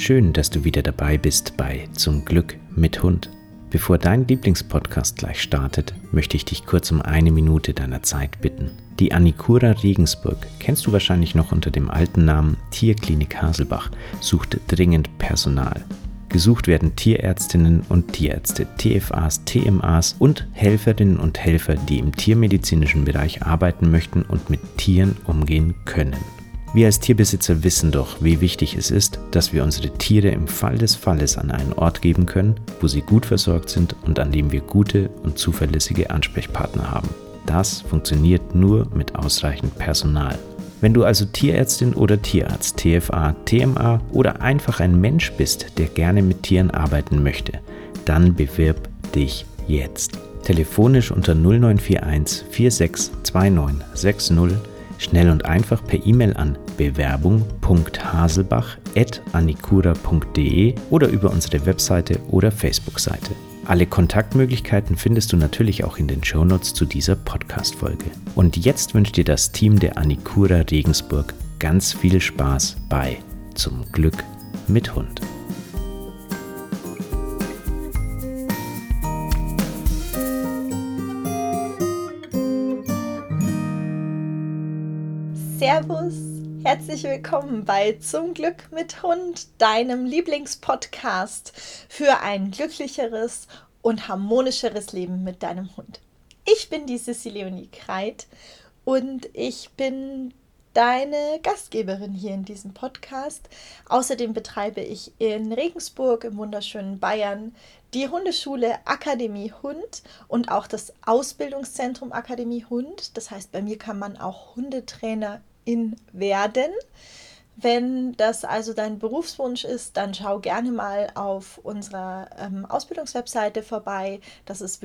schön, dass du wieder dabei bist bei Zum Glück mit Hund. Bevor dein Lieblingspodcast gleich startet, möchte ich dich kurz um 1 Minute deiner Zeit bitten. Die Anicura Regensburg, kennst du wahrscheinlich noch unter dem alten Namen Tierklinik Haselbach, sucht dringend Personal. Gesucht werden Tierärztinnen und Tierärzte, TFAs, TMAs und Helferinnen und Helfer, die im tiermedizinischen Bereich arbeiten möchten und mit Tieren umgehen können. Wir als Tierbesitzer wissen doch, wie wichtig es ist, dass wir unsere Tiere im Fall des Falles an einen Ort geben können, wo sie gut versorgt sind und an dem wir gute und zuverlässige Ansprechpartner haben. Das funktioniert nur mit ausreichend Personal. Wenn du also Tierärztin oder Tierarzt, TFA, TMA oder einfach ein Mensch bist, der gerne mit Tieren arbeiten möchte, dann bewirb dich jetzt. Telefonisch unter 0941 462960, schnell und einfach per E-Mail an bewerbung.haselbach@anicura.de oder über unsere Webseite oder Facebook-Seite. Alle Kontaktmöglichkeiten findest du natürlich auch in den Shownotes zu dieser Podcast-Folge. Und jetzt wünscht dir das Team der Anicura Regensburg ganz viel Spaß bei Zum Glück mit Hund. Servus, herzlich willkommen bei Zum Glück mit Hund, deinem Lieblingspodcast für ein glücklicheres und harmonischeres Leben mit deinem Hund. Ich bin die Sissi Leonie Kreit und ich bin deine Gastgeberin hier in diesem Podcast. Außerdem betreibe ich in Regensburg im wunderschönen Bayern die Hundeschule Akademie Hund und auch das Ausbildungszentrum Akademie Hund. Das heißt, bei mir kann man auch Hundetrainerin werden. Wenn das also dein Berufswunsch ist, dann schau gerne mal auf unserer Ausbildungswebseite vorbei. Das ist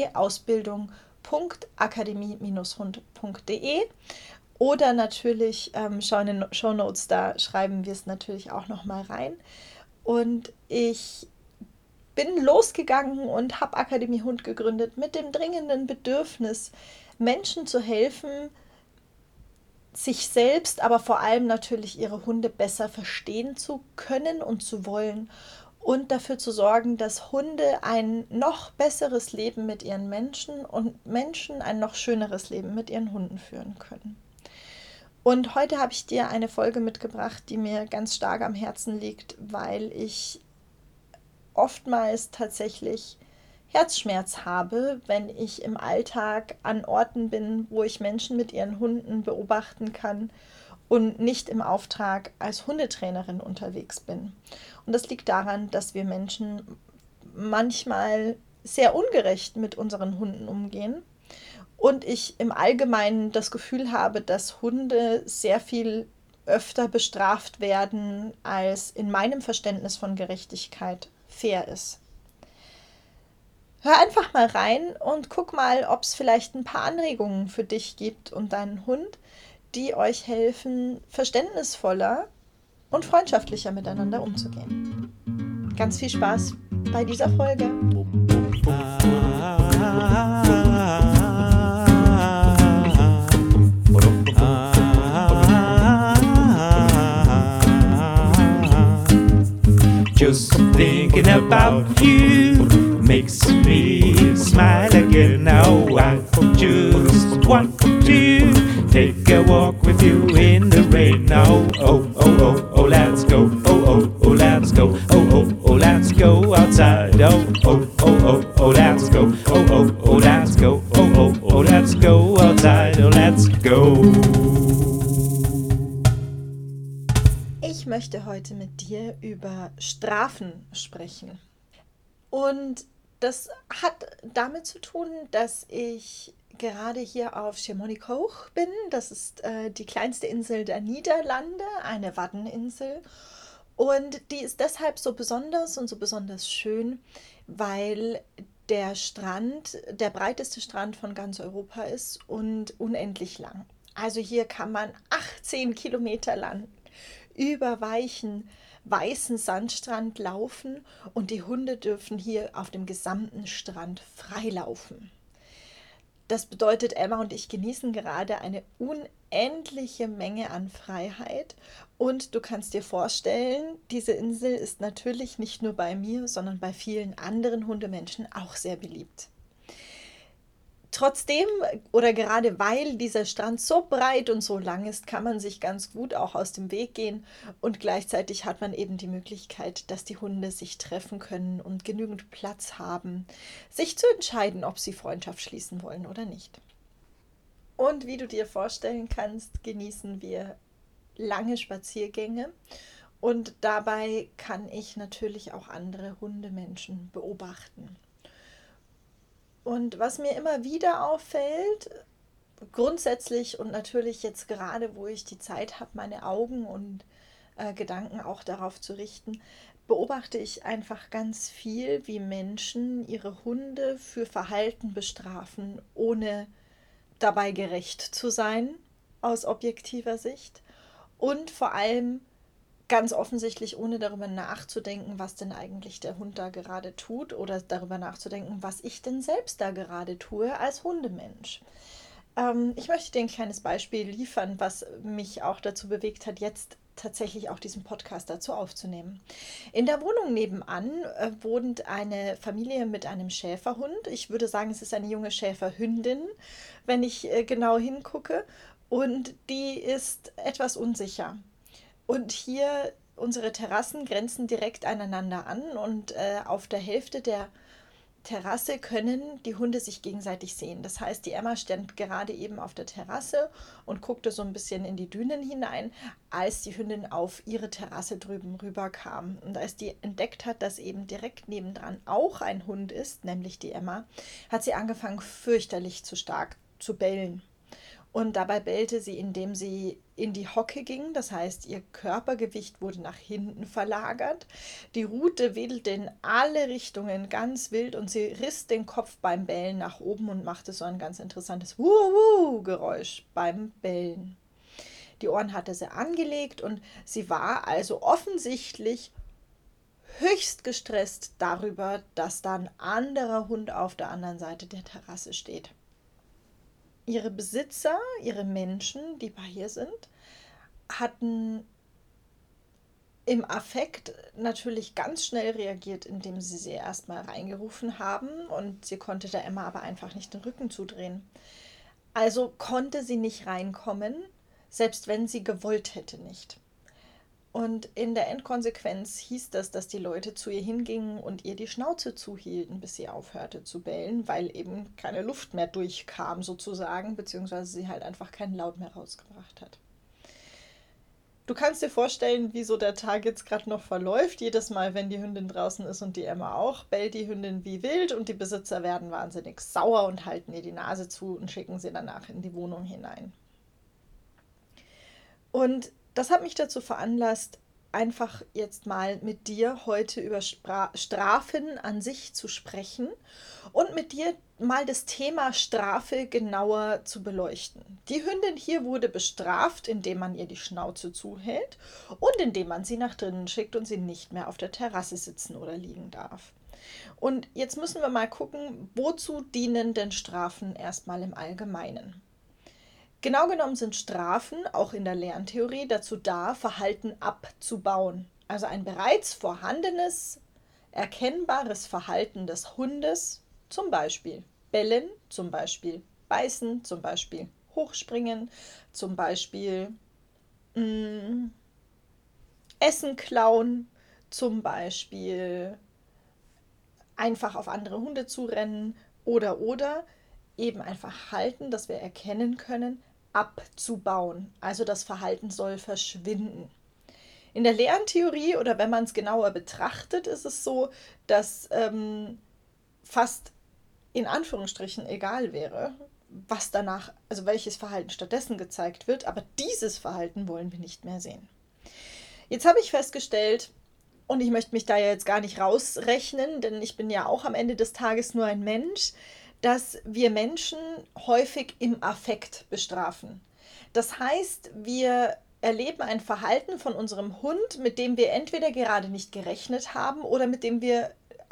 www.ausbildung.akademie-hund.de oder natürlich schau in den Shownotes, da schreiben wir es natürlich auch nochmal rein. Und ich bin losgegangen und habe Akademie Hund gegründet mit dem dringenden Bedürfnis, Menschen zu helfen, sich selbst, aber vor allem natürlich ihre Hunde besser verstehen zu können und zu wollen und dafür zu sorgen, dass Hunde ein noch besseres Leben mit ihren Menschen und Menschen ein noch schöneres Leben mit ihren Hunden führen können. Und heute habe ich dir eine Folge mitgebracht, die mir ganz stark am Herzen liegt, weil ich oftmals tatsächlich Herzschmerz habe, wenn ich im Alltag an Orten bin, wo ich Menschen mit ihren Hunden beobachten kann und nicht im Auftrag als Hundetrainerin unterwegs bin. Und das liegt daran, dass wir Menschen manchmal sehr ungerecht mit unseren Hunden umgehen und ich im Allgemeinen das Gefühl habe, dass Hunde sehr viel öfter bestraft werden, als in meinem Verständnis von Gerechtigkeit fair ist. Hör einfach mal rein und guck mal, ob es vielleicht ein paar Anregungen für dich gibt und deinen Hund, die euch helfen, verständnisvoller und freundschaftlicher miteinander umzugehen. Ganz viel Spaß bei dieser Folge. Just thinking about you makes me smile again. Now I just want to take a walk with you in the rain. Now, oh, oh, oh, oh, let's go. Oh, oh, oh, let's go. Oh, oh, oh, let's go outside. Oh, oh, oh, oh, oh, let's go. Oh, oh, oh, let's go. Oh, oh, oh, let's go outside. Oh, let's go. Ich möchte heute mit dir über Strafen sprechen. Und das hat damit zu tun, dass ich gerade hier auf Schiermonnikoog bin. Das ist die kleinste Insel der Niederlande, eine Waddeninsel. Und die ist deshalb so besonders und so besonders schön, weil der Strand der breiteste Strand von ganz Europa ist und unendlich lang. Also hier kann man 18 Kilometer lang über weichen, weißen Sandstrand laufen und die Hunde dürfen hier auf dem gesamten Strand frei laufen. Das bedeutet, Emma und ich genießen gerade eine unendliche Menge an Freiheit. Und du kannst dir vorstellen, diese Insel ist natürlich nicht nur bei mir, sondern bei vielen anderen Hundemenschen auch sehr beliebt. Trotzdem oder gerade weil dieser Strand so breit und so lang ist, kann man sich ganz gut auch aus dem Weg gehen und gleichzeitig hat man eben die Möglichkeit, dass die Hunde sich treffen können und genügend Platz haben, sich zu entscheiden, ob sie Freundschaft schließen wollen oder nicht. Und wie du dir vorstellen kannst, genießen wir lange Spaziergänge und dabei kann ich natürlich auch andere Hundemenschen beobachten. Und was mir immer wieder auffällt, grundsätzlich und natürlich jetzt gerade, wo ich die Zeit habe, meine Augen und Gedanken auch darauf zu richten, beobachte ich einfach ganz viel, wie Menschen ihre Hunde für Verhalten bestrafen, ohne dabei gerecht zu sein, aus objektiver Sicht. Und vor allem ganz offensichtlich, ohne darüber nachzudenken, was denn eigentlich der Hund da gerade tut oder darüber nachzudenken, was ich denn selbst da gerade tue als Hundemensch. Ich möchte dir ein kleines Beispiel liefern, was mich auch dazu bewegt hat, jetzt tatsächlich auch diesen Podcast dazu aufzunehmen. In der Wohnung nebenan wohnt eine Familie mit einem Schäferhund. Ich würde sagen, es ist eine junge Schäferhündin, wenn ich genau hingucke. Und die ist etwas unsicher. Und hier, unsere Terrassen grenzen direkt aneinander an und auf der Hälfte der Terrasse können die Hunde sich gegenseitig sehen. Das heißt, die Emma stand gerade eben auf der Terrasse und guckte so ein bisschen in die Dünen hinein, als die Hündin auf ihre Terrasse drüben rüberkam. Und als die entdeckt hat, dass eben direkt nebendran auch ein Hund ist, nämlich die Emma, hat sie angefangen, fürchterlich zu stark zu bellen. Und dabei bellte sie, indem sie in die Hocke ging. Das heißt, ihr Körpergewicht wurde nach hinten verlagert. Die Rute wedelte in alle Richtungen ganz wild und sie riss den Kopf beim Bellen nach oben und machte so ein ganz interessantes Wuh-Wuh-Geräusch beim Bellen. Die Ohren hatte sie angelegt und sie war also offensichtlich höchst gestresst darüber, dass da ein anderer Hund auf der anderen Seite der Terrasse steht. Ihre Besitzer, ihre Menschen, die bei ihr sind, hatten im Affekt natürlich ganz schnell reagiert, indem sie erstmal reingerufen haben und sie konnte der Emma aber einfach nicht den Rücken zudrehen. Also konnte sie nicht reinkommen, selbst wenn sie gewollt hätte nicht. Und in der Endkonsequenz hieß das, dass die Leute zu ihr hingingen und ihr die Schnauze zuhielten, bis sie aufhörte zu bellen, weil eben keine Luft mehr durchkam sozusagen, beziehungsweise sie halt einfach keinen Laut mehr rausgebracht hat. Du kannst dir vorstellen, wie so der Tag jetzt gerade noch verläuft. Jedes Mal, wenn die Hündin draußen ist und die Emma auch, bellt die Hündin wie wild und die Besitzer werden wahnsinnig sauer und halten ihr die Nase zu und schicken sie danach in die Wohnung hinein. Und das hat mich dazu veranlasst, einfach jetzt mal mit dir heute über Strafen an sich zu sprechen und mit dir mal das Thema Strafe genauer zu beleuchten. Die Hündin hier wurde bestraft, indem man ihr die Schnauze zuhält und indem man sie nach drinnen schickt und sie nicht mehr auf der Terrasse sitzen oder liegen darf. Und jetzt müssen wir mal gucken, wozu dienen denn Strafen erstmal im Allgemeinen? Genau genommen sind Strafen auch in der Lerntheorie dazu da, Verhalten abzubauen. Also ein bereits vorhandenes, erkennbares Verhalten des Hundes, zum Beispiel bellen, zum Beispiel beißen, zum Beispiel hochspringen, zum Beispiel Essen klauen, zum Beispiel einfach auf andere Hunde zurennen oder eben ein Verhalten, das wir erkennen können, abzubauen. Also das Verhalten soll verschwinden. In der Lerntheorie oder wenn man es genauer betrachtet, ist es so, dass fast in Anführungsstrichen egal wäre, was danach, also welches Verhalten stattdessen gezeigt wird, aber dieses Verhalten wollen wir nicht mehr sehen. Jetzt habe ich festgestellt, und ich möchte mich da ja jetzt gar nicht rausrechnen, denn ich bin ja auch am Ende des Tages nur ein Mensch, dass wir Menschen häufig im Affekt bestrafen. Das heißt, wir erleben ein Verhalten von unserem Hund, mit dem wir entweder gerade nicht gerechnet haben oder mit dem wir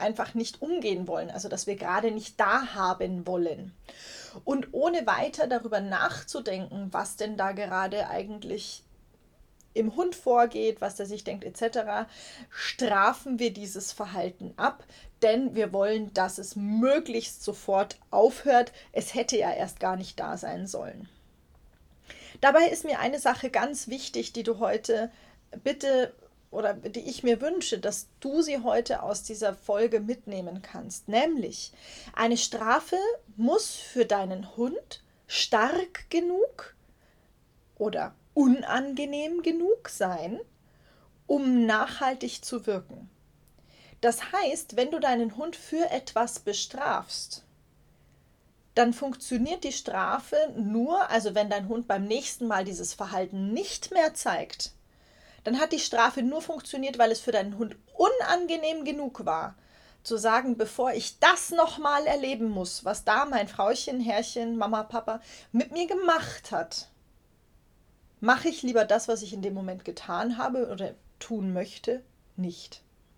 einfach nicht umgehen wollen, also dass wir gerade nicht da haben wollen. Und ohne weiter darüber nachzudenken, was denn da gerade eigentlich im Hund vorgeht, was der sich denkt etc., strafen wir dieses Verhalten ab, denn wir wollen, dass es möglichst sofort aufhört. Es hätte ja erst gar nicht da sein sollen. Dabei ist mir eine Sache ganz wichtig, die du heute bitte oder die ich mir wünsche, dass du sie heute aus dieser Folge mitnehmen kannst. Nämlich, eine Strafe muss für deinen Hund stark genug oder unangenehm genug sein, um nachhaltig zu wirken. Das heißt, wenn du deinen Hund für etwas bestrafst, dann funktioniert die Strafe nur, also wenn dein Hund beim nächsten Mal dieses Verhalten nicht mehr zeigt, dann hat die Strafe nur funktioniert, weil es für deinen Hund unangenehm genug war, zu sagen, bevor ich das nochmal erleben muss, was da mein Frauchen, Herrchen, Mama, Papa mit mir gemacht hat, mache ich lieber das, was ich in dem Moment getan habe oder tun möchte, nicht.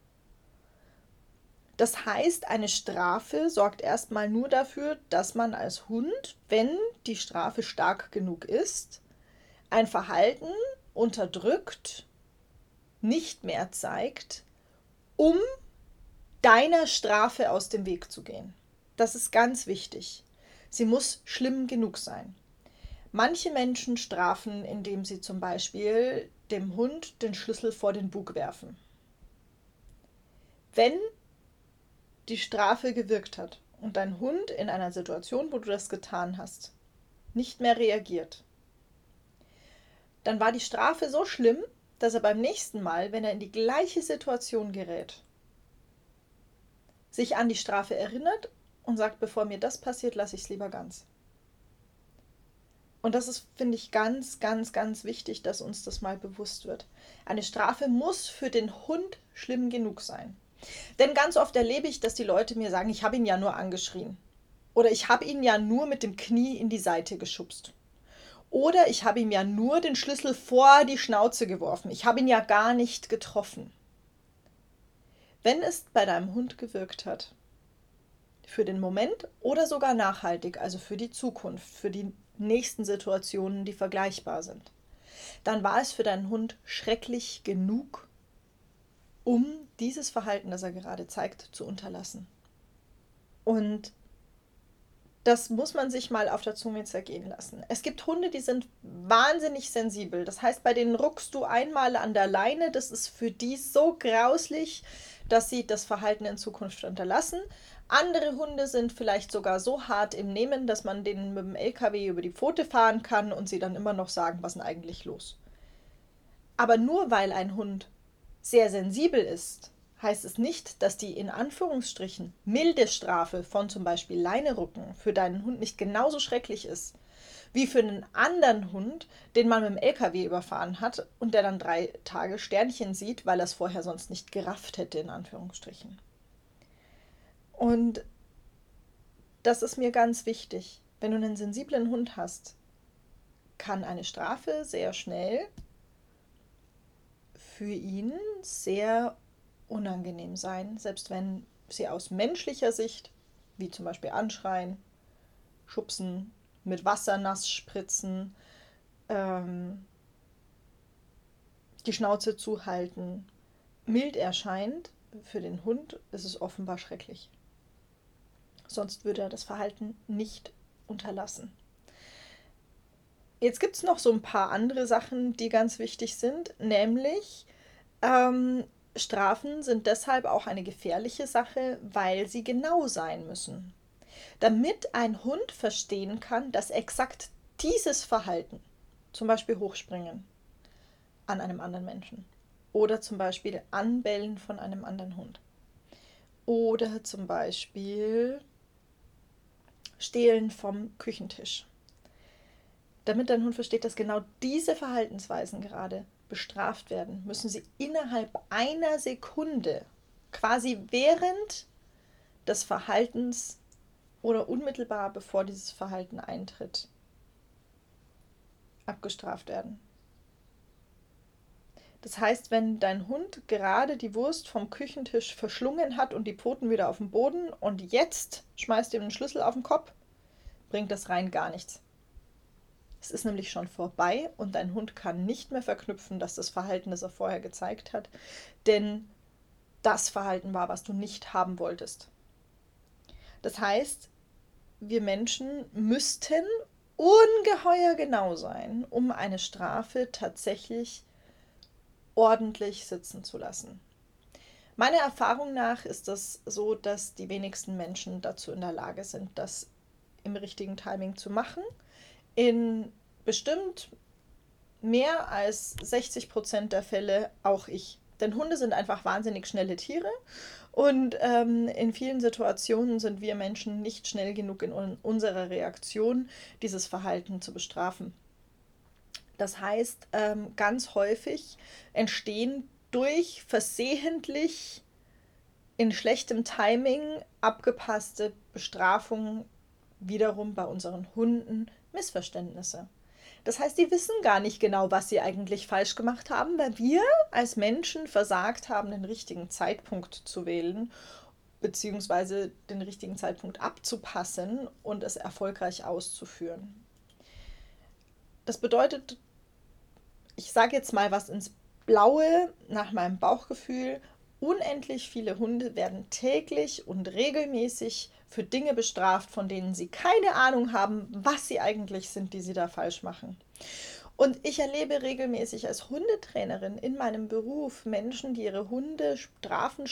Das heißt, eine Strafe sorgt erstmal nur dafür, dass man als Hund, wenn die Strafe stark genug ist, ein Verhalten unterdrückt, nicht mehr zeigt, um deiner Strafe aus dem Weg zu gehen. Das ist ganz wichtig. Sie muss schlimm genug sein. Manche Menschen strafen, indem sie zum Beispiel dem Hund den Schlüssel vor den Bug werfen. Wenn die Strafe gewirkt hat und dein Hund in einer Situation, wo du das getan hast, nicht mehr reagiert, dann war die Strafe so schlimm, dass er beim nächsten Mal, wenn er in die gleiche Situation gerät, sich an die Strafe erinnert und sagt, bevor mir das passiert, lasse ich es lieber ganz. Und das ist, finde ich, ganz, ganz, ganz wichtig, dass uns das mal bewusst wird. Eine Strafe muss für den Hund schlimm genug sein. Denn ganz oft erlebe ich, dass die Leute mir sagen, ich habe ihn ja nur angeschrien. Oder ich habe ihn ja nur mit dem Knie in die Seite geschubst. Oder ich habe ihm ja nur den Schlüssel vor die Schnauze geworfen. Ich habe ihn ja gar nicht getroffen. Wenn es bei deinem Hund gewirkt hat, für den Moment oder sogar nachhaltig, also für die Zukunft, für die nächsten Situationen, die vergleichbar sind, dann war es für deinen Hund schrecklich genug, um dieses Verhalten, das er gerade zeigt, zu unterlassen. Und das muss man sich mal auf der Zunge zergehen lassen. Es gibt Hunde, die sind wahnsinnig sensibel. Das heißt, bei denen ruckst du einmal an der Leine. Das ist für die so grauslich, dass sie das Verhalten in Zukunft unterlassen. Andere Hunde sind vielleicht sogar so hart im Nehmen, dass man denen mit dem LKW über die Pfote fahren kann und sie dann immer noch sagen, was ist denn eigentlich los? Aber nur weil ein Hund sehr sensibel ist, heißt es nicht, dass die in Anführungsstrichen milde Strafe von zum Beispiel Leinerucken für deinen Hund nicht genauso schrecklich ist, wie für einen anderen Hund, den man mit dem LKW überfahren hat und der dann 3 Tage Sternchen sieht, weil er es vorher sonst nicht gerafft hätte, in Anführungsstrichen. Und das ist mir ganz wichtig. Wenn du einen sensiblen Hund hast, kann eine Strafe sehr schnell für ihn sehr unangenehm sein, selbst wenn sie aus menschlicher Sicht, wie zum Beispiel anschreien, schubsen, mit Wasser nass spritzen, die Schnauze zuhalten, mild erscheint, für den Hund ist es offenbar schrecklich. Sonst würde er das Verhalten nicht unterlassen. Jetzt gibt es noch so ein paar andere Sachen, die ganz wichtig sind, nämlich Strafen sind deshalb auch eine gefährliche Sache, weil sie genau sein müssen. Damit ein Hund verstehen kann, dass exakt dieses Verhalten, zum Beispiel Hochspringen an einem anderen Menschen oder zum Beispiel Anbellen von einem anderen Hund oder zum Beispiel Stehlen vom Küchentisch. Damit dein Hund versteht, dass genau diese Verhaltensweisen gerade bestraft werden, müssen sie innerhalb einer Sekunde, quasi während des Verhaltens oder unmittelbar bevor dieses Verhalten eintritt, abgestraft werden. Das heißt, wenn dein Hund gerade die Wurst vom Küchentisch verschlungen hat und die Pfoten wieder auf dem Boden und jetzt schmeißt ihm den Schlüssel auf den Kopf, bringt das rein gar nichts. Es ist nämlich schon vorbei und dein Hund kann nicht mehr verknüpfen, dass das Verhalten, das er vorher gezeigt hat, denn das Verhalten war, was du nicht haben wolltest. Das heißt, wir Menschen müssten ungeheuer genau sein, um eine Strafe tatsächlich ordentlich sitzen zu lassen. Meiner Erfahrung nach ist es so, dass die wenigsten Menschen dazu in der Lage sind, das im richtigen Timing zu machen. In bestimmt mehr als 60% der Fälle auch ich. Denn Hunde sind einfach wahnsinnig schnelle Tiere und in vielen Situationen sind wir Menschen nicht schnell genug in unserer Reaktion, dieses Verhalten zu bestrafen. Das heißt, ganz häufig entstehen durch versehentlich in schlechtem Timing abgepasste Bestrafungen wiederum bei unseren Hunden Missverständnisse. Das heißt, die wissen gar nicht genau, was sie eigentlich falsch gemacht haben, weil wir als Menschen versagt haben, den richtigen Zeitpunkt zu wählen, beziehungsweise den richtigen Zeitpunkt abzupassen und es erfolgreich auszuführen. Das bedeutet, ich sage jetzt mal was ins Blaue nach meinem Bauchgefühl, unendlich viele Hunde werden täglich und regelmäßig für Dinge bestraft, von denen sie keine Ahnung haben, was sie eigentlich sind, die sie da falsch machen. Und ich erlebe regelmäßig als Hundetrainerin in meinem Beruf Menschen, die ihre Hunde strafen.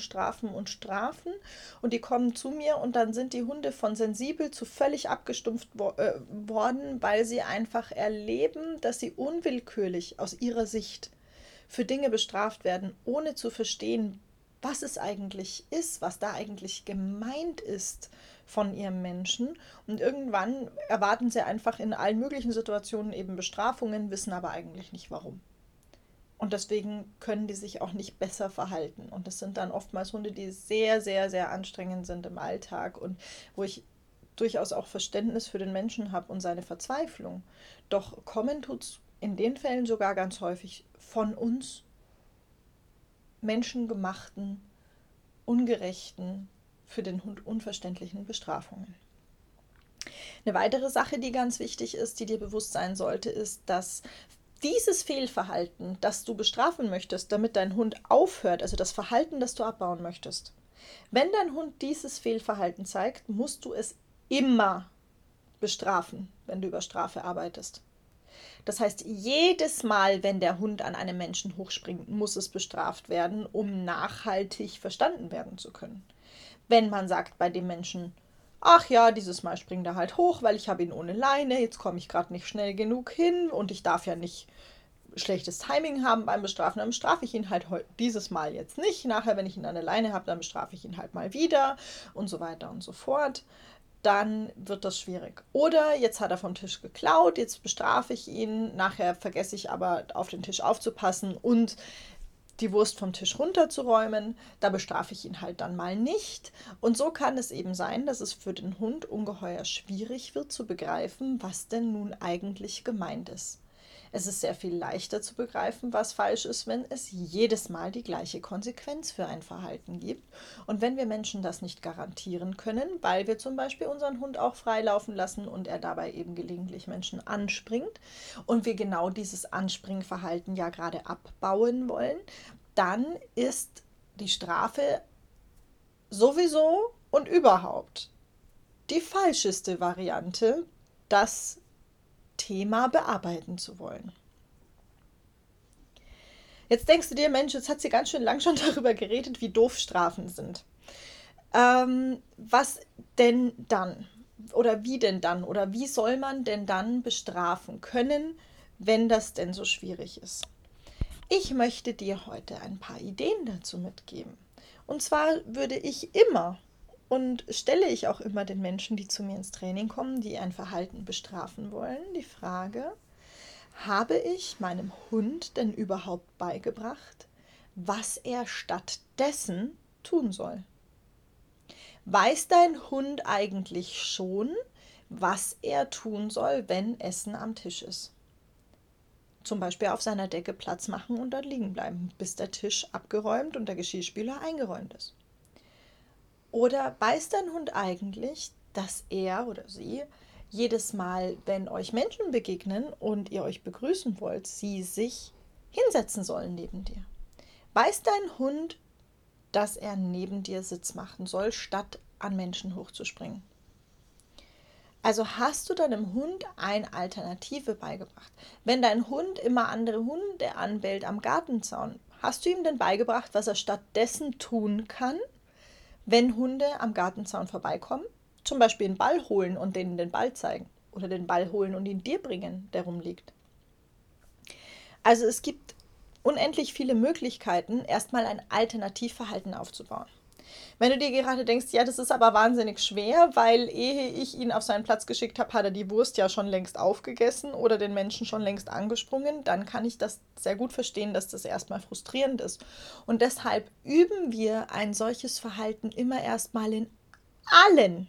Und die kommen zu mir und dann sind die Hunde von sensibel zu völlig abgestumpft worden, weil sie einfach erleben, dass sie unwillkürlich aus ihrer Sicht für Dinge bestraft werden, ohne zu verstehen, was es eigentlich ist, was da eigentlich gemeint ist von ihrem Menschen. Und irgendwann erwarten sie einfach in allen möglichen Situationen eben Bestrafungen, wissen aber eigentlich nicht warum. Und deswegen können die sich auch nicht besser verhalten. Und das sind dann oftmals Hunde, die sehr, sehr, sehr anstrengend sind im Alltag und wo ich durchaus auch Verständnis für den Menschen habe und seine Verzweiflung. Doch kommen tut es in den Fällen sogar ganz häufig von uns menschengemachten, ungerechten, für den Hund unverständlichen Bestrafungen. Eine weitere Sache, die ganz wichtig ist, die dir bewusst sein sollte, ist, dass dieses Fehlverhalten, das du bestrafen möchtest, damit dein Hund aufhört, also das Verhalten, das du abbauen möchtest, wenn dein Hund dieses Fehlverhalten zeigt, musst du es immer bestrafen, wenn du über Strafe arbeitest. Das heißt, jedes Mal, wenn der Hund an einem Menschen hochspringt, muss es bestraft werden, um nachhaltig verstanden werden zu können. Wenn man sagt bei dem Menschen, ach ja, dieses Mal springt er halt hoch, weil ich habe ihn ohne Leine, jetzt komme ich gerade nicht schnell genug hin und ich darf ja nicht schlechtes Timing haben beim Bestrafen, dann bestrafe ich ihn halt dieses Mal jetzt nicht. Nachher, wenn ich ihn an der Leine habe, dann bestrafe ich ihn halt mal wieder und so weiter und so fort. Dann wird das schwierig. Oder jetzt hat er vom Tisch geklaut, jetzt bestrafe ich ihn, nachher vergesse ich aber auf den Tisch aufzupassen und die Wurst vom Tisch runterzuräumen, da bestrafe ich ihn halt dann mal nicht. Und so kann es eben sein, dass es für den Hund ungeheuer schwierig wird zu begreifen, was denn nun eigentlich gemeint ist. Es ist sehr viel leichter zu begreifen, was falsch ist, wenn es jedes Mal die gleiche Konsequenz für ein Verhalten gibt. Und wenn wir Menschen das nicht garantieren können, weil wir zum Beispiel unseren Hund auch freilaufen lassen und er dabei eben gelegentlich Menschen anspringt und wir genau dieses Anspringverhalten ja gerade abbauen wollen, dann ist die Strafe sowieso und überhaupt die falscheste Variante, das Thema bearbeiten zu wollen. Jetzt denkst du dir, Mensch, jetzt hat sie ganz schön lang schon darüber geredet, wie doof Strafen sind. Was denn dann? Oder wie denn dann? Oder wie soll man denn dann bestrafen können, wenn das denn so schwierig ist? Ich möchte dir heute ein paar Ideen dazu mitgeben. Und zwar würde ich immer und stelle ich auch immer den Menschen, die zu mir ins Training kommen, die ein Verhalten bestrafen wollen, die Frage, habe ich meinem Hund denn überhaupt beigebracht, was er stattdessen tun soll? Weiß dein Hund eigentlich schon, was er tun soll, wenn Essen am Tisch ist? Zum Beispiel auf seiner Decke Platz machen und dort liegen bleiben, bis der Tisch abgeräumt und der Geschirrspüler eingeräumt ist. Oder weiß dein Hund eigentlich, dass er oder sie jedes Mal, wenn euch Menschen begegnen und ihr euch begrüßen wollt, sie sich hinsetzen sollen neben dir? Weiß dein Hund, dass er neben dir Sitz machen soll, statt an Menschen hochzuspringen? Also hast du deinem Hund eine Alternative beigebracht. Wenn dein Hund immer andere Hunde anbellt am Gartenzaun, hast du ihm denn beigebracht, was er stattdessen tun kann, wenn Hunde am Gartenzaun vorbeikommen? Zum Beispiel einen Ball holen und denen den Ball zeigen. Oder den Ball holen und ihn dir bringen, der rumliegt. Also es gibt unendlich viele Möglichkeiten, erstmal ein Alternativverhalten aufzubauen. Wenn du dir gerade denkst, ja, das ist aber wahnsinnig schwer, weil ehe ich ihn auf seinen Platz geschickt habe, hat er die Wurst ja schon längst aufgegessen oder den Menschen schon längst angesprungen, dann kann ich das sehr gut verstehen, dass das erstmal frustrierend ist. Und deshalb üben wir ein solches Verhalten immer erstmal in allen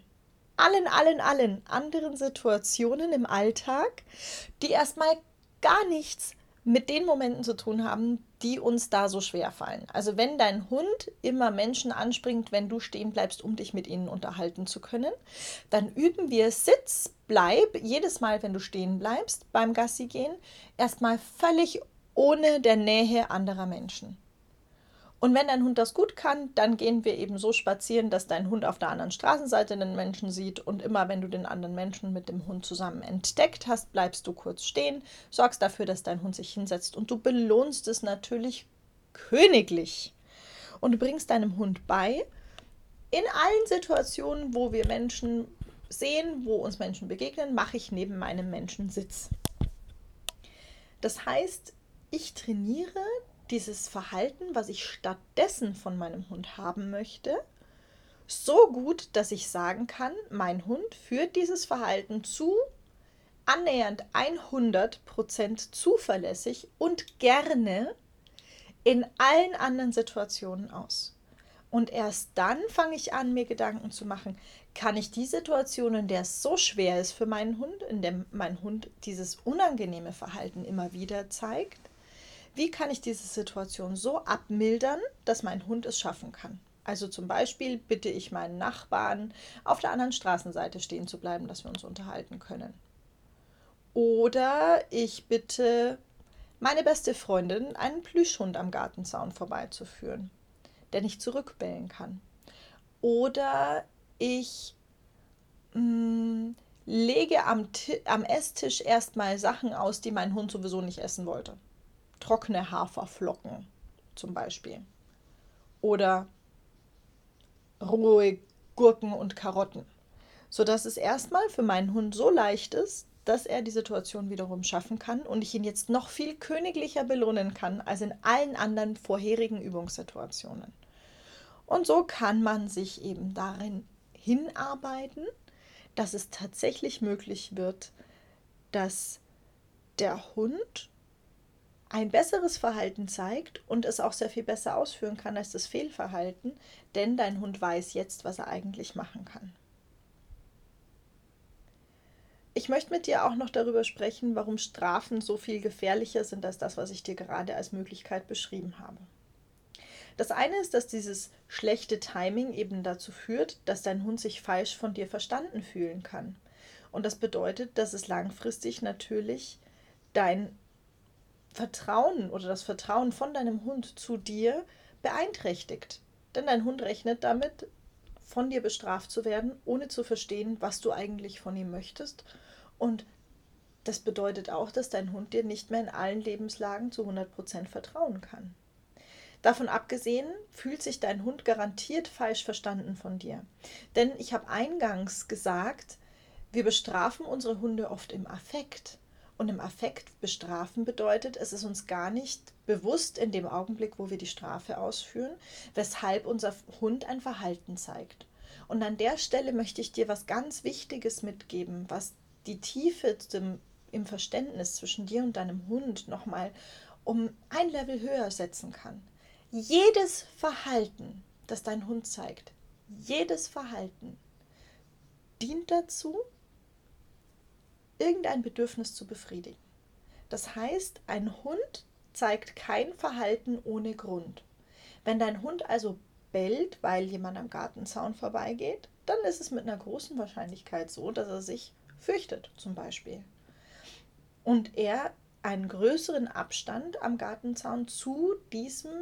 anderen Situationen im Alltag, die erstmal gar nichts mit den Momenten zu tun haben, die uns da so schwer fallen. Also wenn dein Hund immer Menschen anspringt, wenn du stehen bleibst, um dich mit ihnen unterhalten zu können, dann üben wir Sitz, Bleib, jedes Mal, wenn du stehen bleibst beim Gassi gehen, erstmal völlig ohne der Nähe anderer Menschen. Und wenn dein Hund das gut kann, dann gehen wir eben so spazieren, dass dein Hund auf der anderen Straßenseite den Menschen sieht und immer wenn du den anderen Menschen mit dem Hund zusammen entdeckt hast, bleibst du kurz stehen, sorgst dafür, dass dein Hund sich hinsetzt und du belohnst es natürlich königlich. Und du bringst deinem Hund bei, in allen Situationen, wo wir Menschen sehen, wo uns Menschen begegnen, mache ich neben meinem Menschen Sitz. Das heißt, ich trainiere dieses Verhalten, was ich stattdessen von meinem Hund haben möchte, so gut, dass ich sagen kann, mein Hund führt dieses Verhalten zu annähernd 100% zuverlässig und gerne in allen anderen Situationen aus. Und erst dann fange ich an, mir Gedanken zu machen, kann ich die Situation, in der es so schwer ist für meinen Hund, in der mein Hund dieses unangenehme Verhalten immer wieder zeigt, wie kann ich diese Situation so abmildern, dass mein Hund es schaffen kann? Also zum Beispiel bitte ich meinen Nachbarn, auf der anderen Straßenseite stehen zu bleiben, dass wir uns unterhalten können. Oder ich bitte meine beste Freundin, einen Plüschhund am Gartenzaun vorbeizuführen, der nicht zurückbellen kann. Oder ich lege am Esstisch erstmal Sachen aus, die mein Hund sowieso nicht essen wollte. Trockene Haferflocken zum Beispiel. Oder rohe Gurken und Karotten. Sodass es erstmal für meinen Hund so leicht ist, dass er die Situation wiederum schaffen kann und ich ihn jetzt noch viel königlicher belohnen kann als in allen anderen vorherigen Übungssituationen. Und so kann man sich eben darin hinarbeiten, dass es tatsächlich möglich wird, dass der Hund ein besseres Verhalten zeigt und es auch sehr viel besser ausführen kann als das Fehlverhalten, denn dein Hund weiß jetzt, was er eigentlich machen kann. Ich möchte mit dir auch noch darüber sprechen, warum Strafen so viel gefährlicher sind als das, was ich dir gerade als Möglichkeit beschrieben habe. Das eine ist, dass dieses schlechte Timing eben dazu führt, dass dein Hund sich falsch von dir verstanden fühlen kann. Und das bedeutet, dass es langfristig natürlich dein Vertrauen oder das Vertrauen von deinem Hund zu dir beeinträchtigt. Denn dein Hund rechnet damit, von dir bestraft zu werden, ohne zu verstehen, was du eigentlich von ihm möchtest. Und das bedeutet auch, dass dein Hund dir nicht mehr in allen Lebenslagen zu 100% vertrauen kann. Davon abgesehen fühlt sich dein Hund garantiert falsch verstanden von dir. Denn ich habe eingangs gesagt, wir bestrafen unsere Hunde oft im Affekt. Und im Affekt bestrafen bedeutet, es ist uns gar nicht bewusst in dem Augenblick, wo wir die Strafe ausführen, weshalb unser Hund ein Verhalten zeigt. Und an der Stelle möchte ich dir was ganz Wichtiges mitgeben, was die Tiefe im Verständnis zwischen dir und deinem Hund nochmal um ein Level höher setzen kann. Jedes Verhalten, das dein Hund zeigt, jedes Verhalten dient dazu, irgendein Bedürfnis zu befriedigen. Das heißt, ein Hund zeigt kein Verhalten ohne Grund. Wenn dein Hund also bellt, weil jemand am Gartenzaun vorbeigeht, dann ist es mit einer großen Wahrscheinlichkeit so, dass er sich fürchtet zum Beispiel. Und er einen größeren Abstand am Gartenzaun zu diesem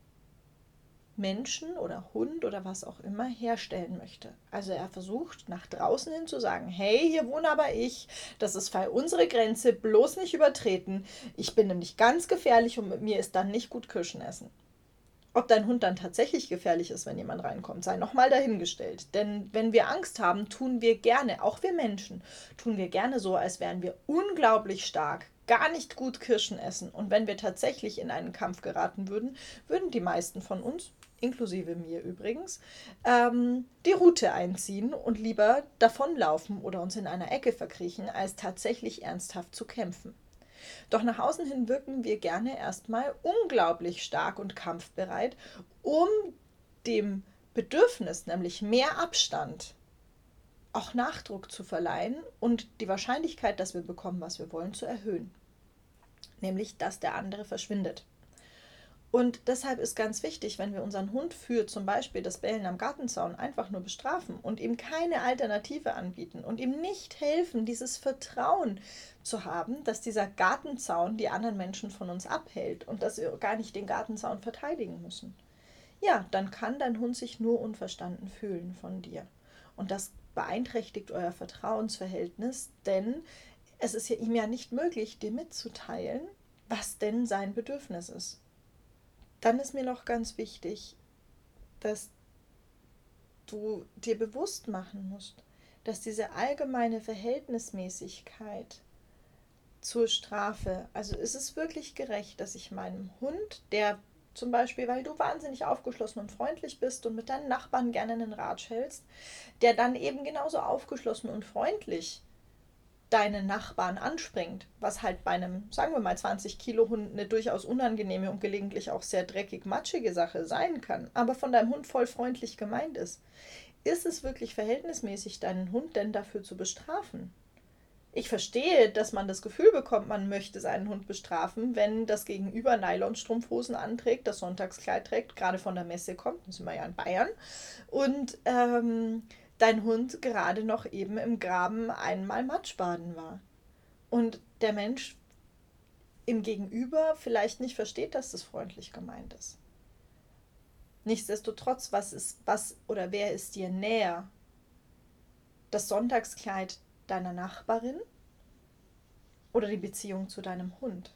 Menschen oder Hund oder was auch immer herstellen möchte. Also er versucht nach draußen hin zu sagen, hey, hier wohne aber ich, das ist unsere Grenze, bloß nicht übertreten. Ich bin nämlich ganz gefährlich und mit mir ist dann nicht gut Kirschen essen. Ob dein Hund dann tatsächlich gefährlich ist, wenn jemand reinkommt, sei nochmal dahingestellt. Denn wenn wir Angst haben, tun wir gerne, auch wir Menschen, tun wir gerne so, als wären wir unglaublich stark, gar nicht gut Kirschen essen. Und wenn wir tatsächlich in einen Kampf geraten würden, würden die meisten von uns, inklusive mir übrigens, die Route einziehen und lieber davonlaufen oder uns in einer Ecke verkriechen, als tatsächlich ernsthaft zu kämpfen. Doch nach außen hin wirken wir gerne erstmal unglaublich stark und kampfbereit, um dem Bedürfnis, nämlich mehr Abstand, auch Nachdruck zu verleihen und die Wahrscheinlichkeit, dass wir bekommen, was wir wollen, zu erhöhen. Nämlich, dass der andere verschwindet. Und deshalb ist ganz wichtig, wenn wir unseren Hund für zum Beispiel das Bellen am Gartenzaun einfach nur bestrafen und ihm keine Alternative anbieten und ihm nicht helfen, dieses Vertrauen zu haben, dass dieser Gartenzaun die anderen Menschen von uns abhält und dass wir gar nicht den Gartenzaun verteidigen müssen. Ja, dann kann dein Hund sich nur unverstanden fühlen von dir. Und das beeinträchtigt euer Vertrauensverhältnis, denn es ist ja ihm ja nicht möglich, dir mitzuteilen, was denn sein Bedürfnis ist. Dann ist mir noch ganz wichtig, dass du dir bewusst machen musst, dass diese allgemeine Verhältnismäßigkeit zur Strafe, also ist es wirklich gerecht, dass ich meinem Hund, der zum Beispiel, weil du wahnsinnig aufgeschlossen und freundlich bist und mit deinen Nachbarn gerne einen Ratsch hältst, der dann eben genauso aufgeschlossen und freundlich deinen Nachbarn anspringt, was halt bei einem, sagen wir mal, 20 Kilo Hund eine durchaus unangenehme und gelegentlich auch sehr dreckig matschige Sache sein kann, aber von deinem Hund voll freundlich gemeint ist. Ist es wirklich verhältnismäßig, deinen Hund denn dafür zu bestrafen? Ich verstehe, dass man das Gefühl bekommt, man möchte seinen Hund bestrafen, wenn das Gegenüber Nylonstrumpfhosen anträgt, das Sonntagskleid trägt, gerade von der Messe kommt, das sind wir ja in Bayern, und dein Hund gerade noch eben im Graben einmal Matschbaden war. Und der Mensch im Gegenüber vielleicht nicht versteht, dass das freundlich gemeint ist. Nichtsdestotrotz, wer ist dir näher? Das Sonntagskleid deiner Nachbarin oder die Beziehung zu deinem Hund?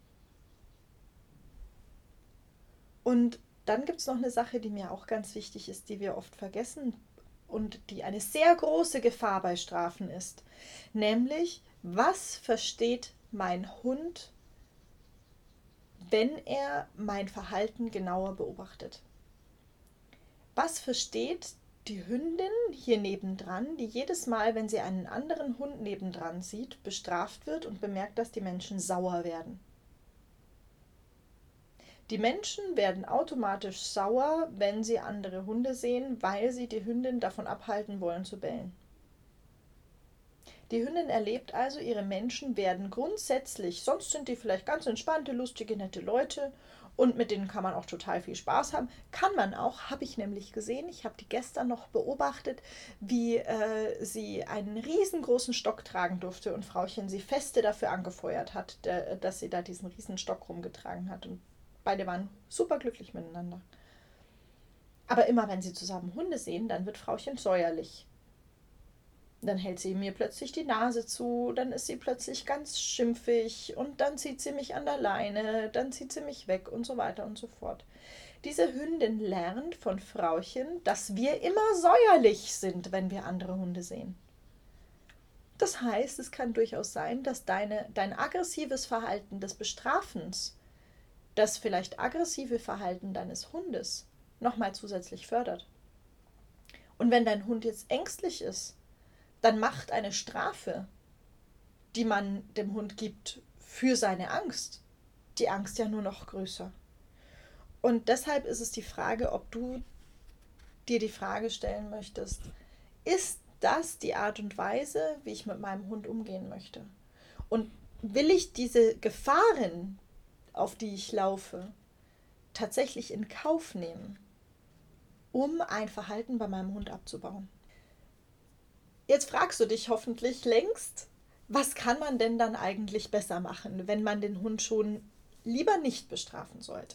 Und dann gibt es noch eine Sache, die mir auch ganz wichtig ist, die wir oft vergessen und die eine sehr große Gefahr bei Strafen ist. Nämlich, was versteht mein Hund, wenn er mein Verhalten genauer beobachtet? Was versteht die Hündin hier nebendran, die jedes Mal, wenn sie einen anderen Hund nebendran sieht, bestraft wird und bemerkt, dass die Menschen sauer werden? Die Menschen werden automatisch sauer, wenn sie andere Hunde sehen, weil sie die Hündin davon abhalten wollen zu bellen. Die Hündin erlebt also, ihre Menschen werden grundsätzlich, sonst sind die vielleicht ganz entspannte, lustige, nette Leute und mit denen kann man auch total viel Spaß haben. Kann man auch, habe ich nämlich gesehen. Ich habe die gestern noch beobachtet, wie sie einen riesengroßen Stock tragen durfte und Frauchen sie feste dafür angefeuert hat, dass sie da diesen riesen Stock rumgetragen hat. Und beide waren super glücklich miteinander. Aber immer wenn sie zusammen Hunde sehen, dann wird Frauchen säuerlich. Dann hält sie mir plötzlich die Nase zu, dann ist sie plötzlich ganz schimpfig und dann zieht sie mich an der Leine, dann zieht sie mich weg und so weiter und so fort. Diese Hündin lernt von Frauchen, dass wir immer säuerlich sind, wenn wir andere Hunde sehen. Das heißt, es kann durchaus sein, dass dein aggressives Verhalten des Bestrafens das vielleicht aggressive Verhalten deines Hundes nochmal zusätzlich fördert. Und wenn dein Hund jetzt ängstlich ist, dann macht eine Strafe, die man dem Hund gibt für seine Angst, die Angst ja nur noch größer. Und deshalb ist es die Frage, ob du dir die Frage stellen möchtest, ist das die Art und Weise, wie ich mit meinem Hund umgehen möchte? Und will ich diese Gefahren, auf die ich laufe, tatsächlich in Kauf nehmen, um ein Verhalten bei meinem Hund abzubauen? Jetzt fragst du dich hoffentlich längst, was kann man denn dann eigentlich besser machen, wenn man den Hund schon lieber nicht bestrafen sollte?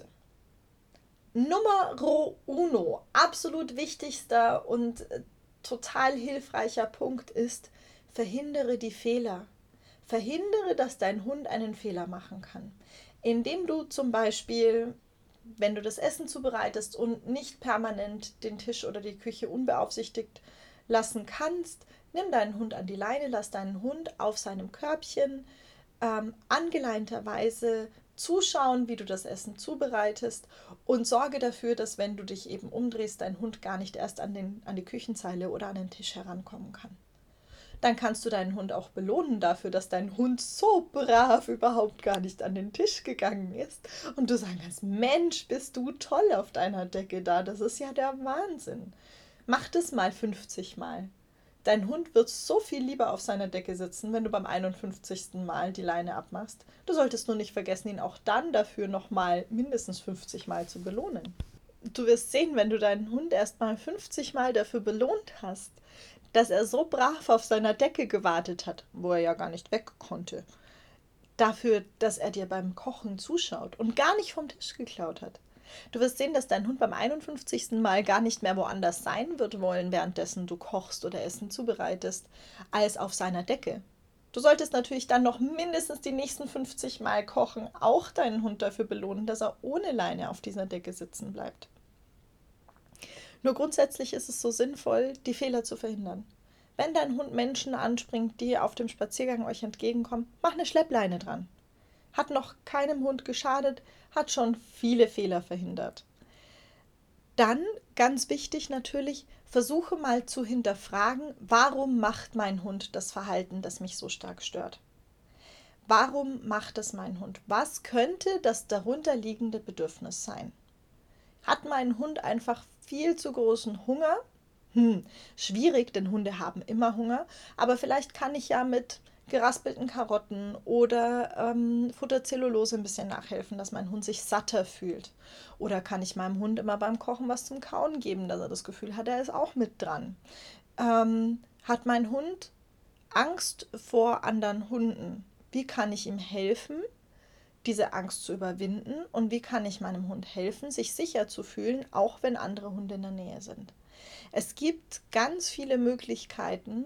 Numero uno, absolut wichtigster und total hilfreicher Punkt ist, verhindere die Fehler. Verhindere, dass dein Hund einen Fehler machen kann. Indem du zum Beispiel, wenn du das Essen zubereitest und nicht permanent den Tisch oder die Küche unbeaufsichtigt lassen kannst, nimm deinen Hund an die Leine, lass deinen Hund auf seinem Körbchen angeleinterweise zuschauen, wie du das Essen zubereitest und sorge dafür, dass wenn du dich eben umdrehst, dein Hund gar nicht erst an die Küchenzeile oder an den Tisch herankommen kann. Dann kannst du deinen Hund auch belohnen dafür, dass dein Hund so brav überhaupt gar nicht an den Tisch gegangen ist und du sagen kannst, Mensch, bist du toll auf deiner Decke da, das ist ja der Wahnsinn. Mach das mal 50 Mal. Dein Hund wird so viel lieber auf seiner Decke sitzen, wenn du beim 51. Mal die Leine abmachst. Du solltest nur nicht vergessen, ihn auch dann dafür nochmal mindestens 50 Mal zu belohnen. Du wirst sehen, wenn du deinen Hund erst mal 50 Mal dafür belohnt hast, dass er so brav auf seiner Decke gewartet hat, wo er ja gar nicht weg konnte, dafür, dass er dir beim Kochen zuschaut und gar nicht vom Tisch geklaut hat. Du wirst sehen, dass dein Hund beim 51. Mal gar nicht mehr woanders sein wird wollen, währenddessen du kochst oder Essen zubereitest, als auf seiner Decke. Du solltest natürlich dann noch mindestens die nächsten 50 Mal kochen, auch deinen Hund dafür belohnen, dass er ohne Leine auf dieser Decke sitzen bleibt. Nur grundsätzlich ist es so sinnvoll, die Fehler zu verhindern. Wenn dein Hund Menschen anspringt, die auf dem Spaziergang euch entgegenkommen, mach eine Schleppleine dran. Hat noch keinem Hund geschadet, hat schon viele Fehler verhindert. Dann, ganz wichtig natürlich, versuche mal zu hinterfragen, warum macht mein Hund das Verhalten, das mich so stark stört? Warum macht es mein Hund? Was könnte das darunterliegende Bedürfnis sein? Hat mein Hund einfach viel zu großen Hunger? Schwierig, denn Hunde haben immer Hunger, aber vielleicht kann ich ja mit geraspelten Karotten oder Futterzellulose ein bisschen nachhelfen, dass mein Hund sich satter fühlt. Oder kann ich meinem Hund immer beim Kochen was zum Kauen geben, dass er das Gefühl hat, er ist auch mit dran. Hat mein Hund Angst vor anderen Hunden? Wie kann ich ihm helfen, diese Angst zu überwinden? Und wie kann ich meinem Hund helfen, sich sicher zu fühlen, auch wenn andere Hunde in der Nähe sind? Es gibt ganz viele Möglichkeiten,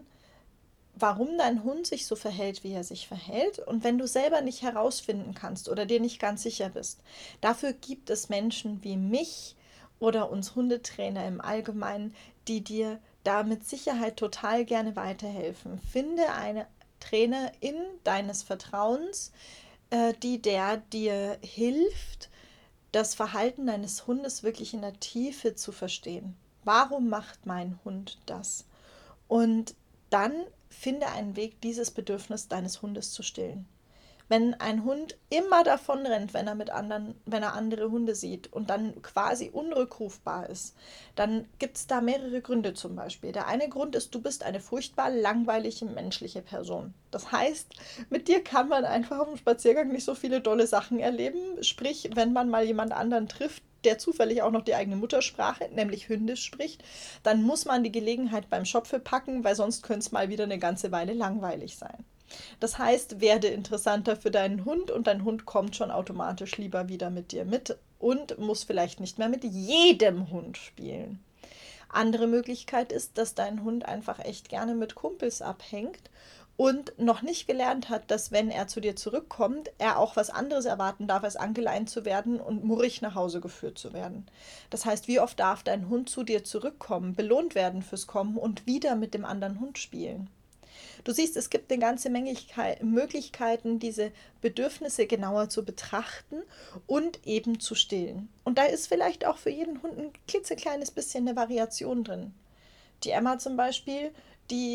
warum dein Hund sich so verhält, wie er sich verhält. Und wenn du selber nicht herausfinden kannst oder dir nicht ganz sicher bist, dafür gibt es Menschen wie mich oder uns Hundetrainer im Allgemeinen, die dir da mit Sicherheit total gerne weiterhelfen. Finde eine Trainerin deines Vertrauens, die dir hilft, das Verhalten deines Hundes wirklich in der Tiefe zu verstehen. Warum macht mein Hund das? Und dann finde einen Weg, dieses Bedürfnis deines Hundes zu stillen. Wenn ein Hund immer davon rennt, wenn er andere Hunde sieht und dann quasi unrückrufbar ist, dann gibt es da mehrere Gründe zum Beispiel. Der eine Grund ist, du bist eine furchtbar langweilige menschliche Person. Das heißt, mit dir kann man einfach auf dem Spaziergang nicht so viele dolle Sachen erleben. Sprich, wenn man mal jemand anderen trifft, der zufällig auch noch die eigene Muttersprache, nämlich Hündisch spricht, dann muss man die Gelegenheit beim Schopfe packen, weil sonst könnte es mal wieder eine ganze Weile langweilig sein. Das heißt, werde interessanter für deinen Hund und dein Hund kommt schon automatisch lieber wieder mit dir mit und muss vielleicht nicht mehr mit jedem Hund spielen. Andere Möglichkeit ist, dass dein Hund einfach echt gerne mit Kumpels abhängt und noch nicht gelernt hat, dass wenn er zu dir zurückkommt, er auch was anderes erwarten darf, als angeleint zu werden und murrig nach Hause geführt zu werden. Das heißt, wie oft darf dein Hund zu dir zurückkommen, belohnt werden fürs Kommen und wieder mit dem anderen Hund spielen? Du siehst, es gibt eine ganze Menge Möglichkeiten, diese Bedürfnisse genauer zu betrachten und eben zu stillen. Und da ist vielleicht auch für jeden Hund ein klitzekleines bisschen eine Variation drin. Die Emma zum Beispiel, die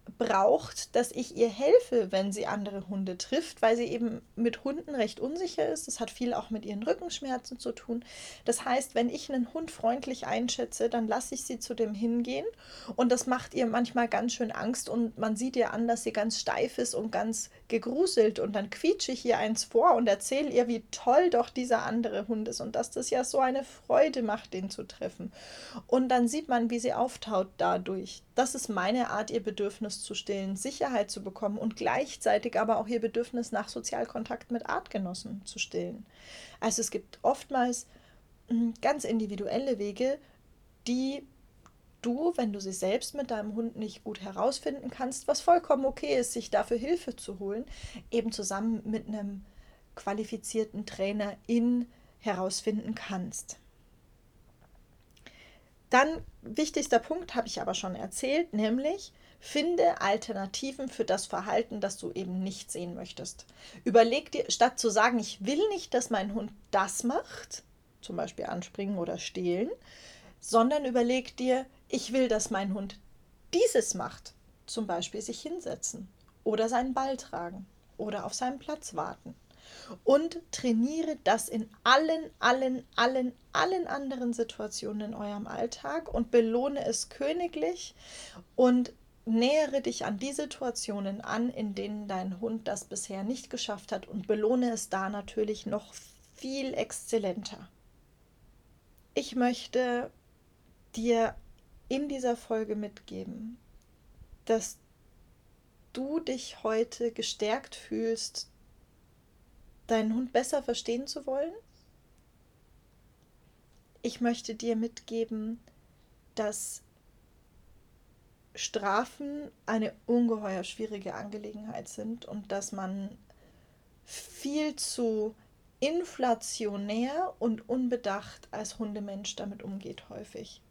braucht, dass ich ihr helfe, wenn sie andere Hunde trifft, weil sie eben mit Hunden recht unsicher ist. Das hat viel auch mit ihren Rückenschmerzen zu tun. Das heißt, wenn ich einen Hund freundlich einschätze, dann lasse ich sie zu dem hingehen und das macht ihr manchmal ganz schön Angst und man sieht ihr an, dass sie ganz steif ist und ganz gegruselt und dann quietsche ich ihr eins vor und erzähle ihr, wie toll doch dieser andere Hund ist und dass das ja so eine Freude macht, den zu treffen. Und dann sieht man, wie sie auftaut dadurch. Das ist meine Art, ihr Bedürfnis zu stillen, Sicherheit zu bekommen und gleichzeitig aber auch ihr Bedürfnis nach Sozialkontakt mit Artgenossen zu stillen. Also es gibt oftmals ganz individuelle Wege, die du, wenn du sie selbst mit deinem Hund nicht gut herausfinden kannst, was vollkommen okay ist, sich dafür Hilfe zu holen, eben zusammen mit einem qualifizierten Trainerin herausfinden kannst. Dann, wichtigster Punkt, habe ich aber schon erzählt, nämlich finde Alternativen für das Verhalten, das du eben nicht sehen möchtest. Überleg dir, statt zu sagen, ich will nicht, dass mein Hund das macht, zum Beispiel anspringen oder stehlen, sondern überleg dir, ich will, dass mein Hund dieses macht, zum Beispiel sich hinsetzen oder seinen Ball tragen oder auf seinem Platz warten. Und trainiere das in allen anderen Situationen in eurem Alltag und belohne es königlich und nähere dich an die Situationen an, in denen dein Hund das bisher nicht geschafft hat und belohne es da natürlich noch viel exzellenter. Ich möchte dir in dieser Folge mitgeben, dass du dich heute gestärkt fühlst, deinen Hund besser verstehen zu wollen. Ich möchte dir mitgeben, dass Strafen eine ungeheuer schwierige Angelegenheit sind und dass man viel zu inflationär und unbedacht als Hundemensch damit umgeht häufig.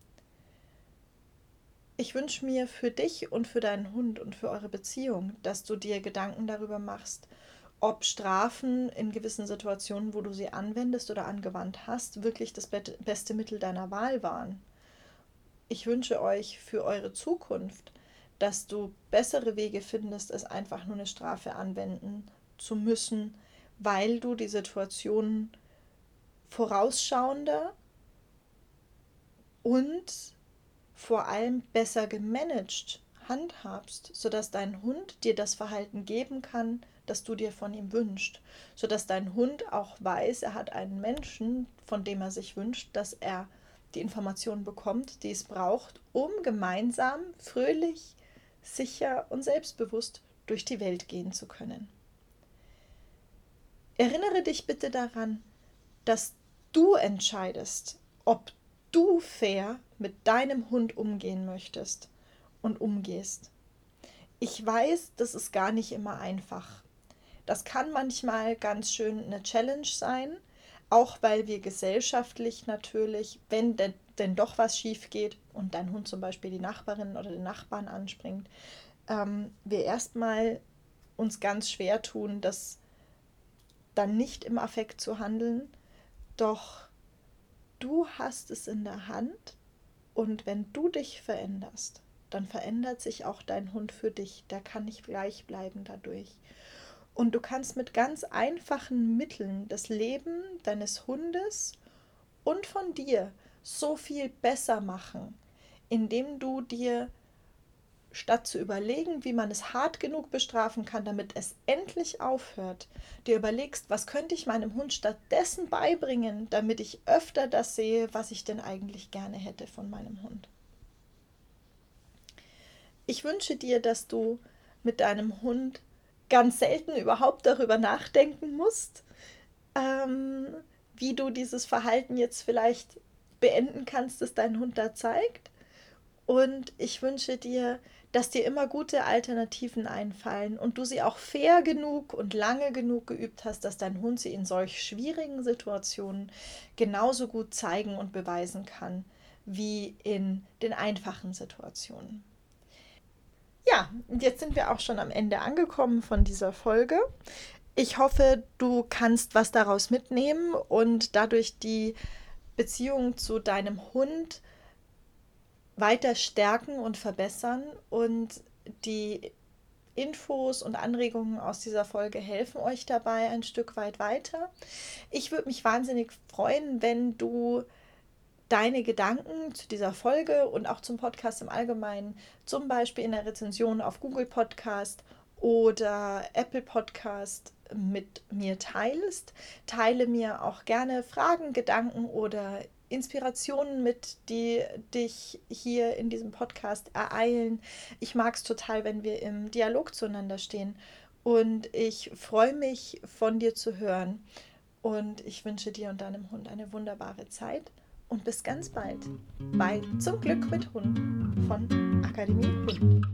Ich wünsche mir für dich und für deinen Hund und für eure Beziehung, dass du dir Gedanken darüber machst, ob Strafen in gewissen Situationen, wo du sie anwendest oder angewandt hast, wirklich das beste Mittel deiner Wahl waren. Ich wünsche euch für eure Zukunft, dass du bessere Wege findest, als einfach nur eine Strafe anwenden zu müssen, weil du die Situation vorausschauender und vor allem besser gemanagt handhabst, sodass dein Hund dir das Verhalten geben kann, das du dir von ihm wünschst, sodass dein Hund auch weiß, er hat einen Menschen, von dem er sich wünscht, dass er die Informationen bekommt, die es braucht, um gemeinsam, fröhlich, sicher und selbstbewusst durch die Welt gehen zu können. Erinnere dich bitte daran, dass du entscheidest, ob du fair mit deinem Hund umgehen möchtest und umgehst. Ich weiß, das ist gar nicht immer einfach. Das kann manchmal ganz schön eine Challenge sein, auch weil wir gesellschaftlich natürlich, wenn denn doch was schief geht und dein Hund zum Beispiel die Nachbarin oder den Nachbarn anspringt, wir erstmal uns ganz schwer tun, das dann nicht im Affekt zu handeln. Doch du hast es in der Hand und wenn du dich veränderst, dann verändert sich auch dein Hund für dich. Der kann nicht gleich bleiben dadurch. Und du kannst mit ganz einfachen Mitteln das Leben deines Hundes und von dir so viel besser machen, indem du dir, statt zu überlegen, wie man es hart genug bestrafen kann, damit es endlich aufhört, dir überlegst, was könnte ich meinem Hund stattdessen beibringen, damit ich öfter das sehe, was ich denn eigentlich gerne hätte von meinem Hund. Ich wünsche dir, dass du mit deinem Hund ganz selten überhaupt darüber nachdenken musst, wie du dieses Verhalten jetzt vielleicht beenden kannst, das dein Hund da zeigt. Und ich wünsche dir, dass dir immer gute Alternativen einfallen und du sie auch fair genug und lange genug geübt hast, dass dein Hund sie in solch schwierigen Situationen genauso gut zeigen und beweisen kann, wie in den einfachen Situationen. Ja, jetzt sind wir auch schon am Ende angekommen von dieser Folge. Ich hoffe, du kannst was daraus mitnehmen und dadurch die Beziehung zu deinem Hund weiter stärken und verbessern. Und die Infos und Anregungen aus dieser Folge helfen euch dabei ein Stück weit weiter. Ich würde mich wahnsinnig freuen, wenn du deine Gedanken zu dieser Folge und auch zum Podcast im Allgemeinen, zum Beispiel in der Rezension auf Google Podcast oder Apple Podcast, mit mir teilst. Teile mir auch gerne Fragen, Gedanken oder Inspirationen mit, die dich hier in diesem Podcast ereilen. Ich mag es total, wenn wir im Dialog zueinander stehen, und ich freue mich, von dir zu hören, und ich wünsche dir und deinem Hund eine wunderbare Zeit und bis ganz bald bei Zum Glück mit Hund von Akademie Hund.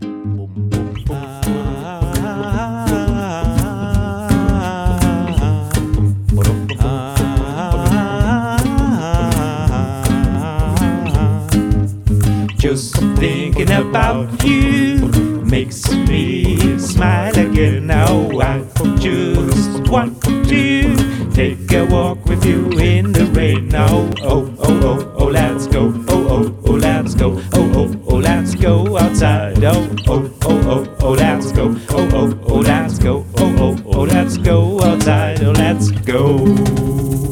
Just thinking about you makes me smile again. Now I just want to take a walk with you in the rain. Now, oh, oh, oh, oh, let's go. Oh, oh, oh, let's go. Oh, oh, oh, let's go outside. Oh, oh, oh, oh, oh, let's go. Oh, oh, oh, let's go. Oh, oh, oh, let's go outside. Oh, let's go.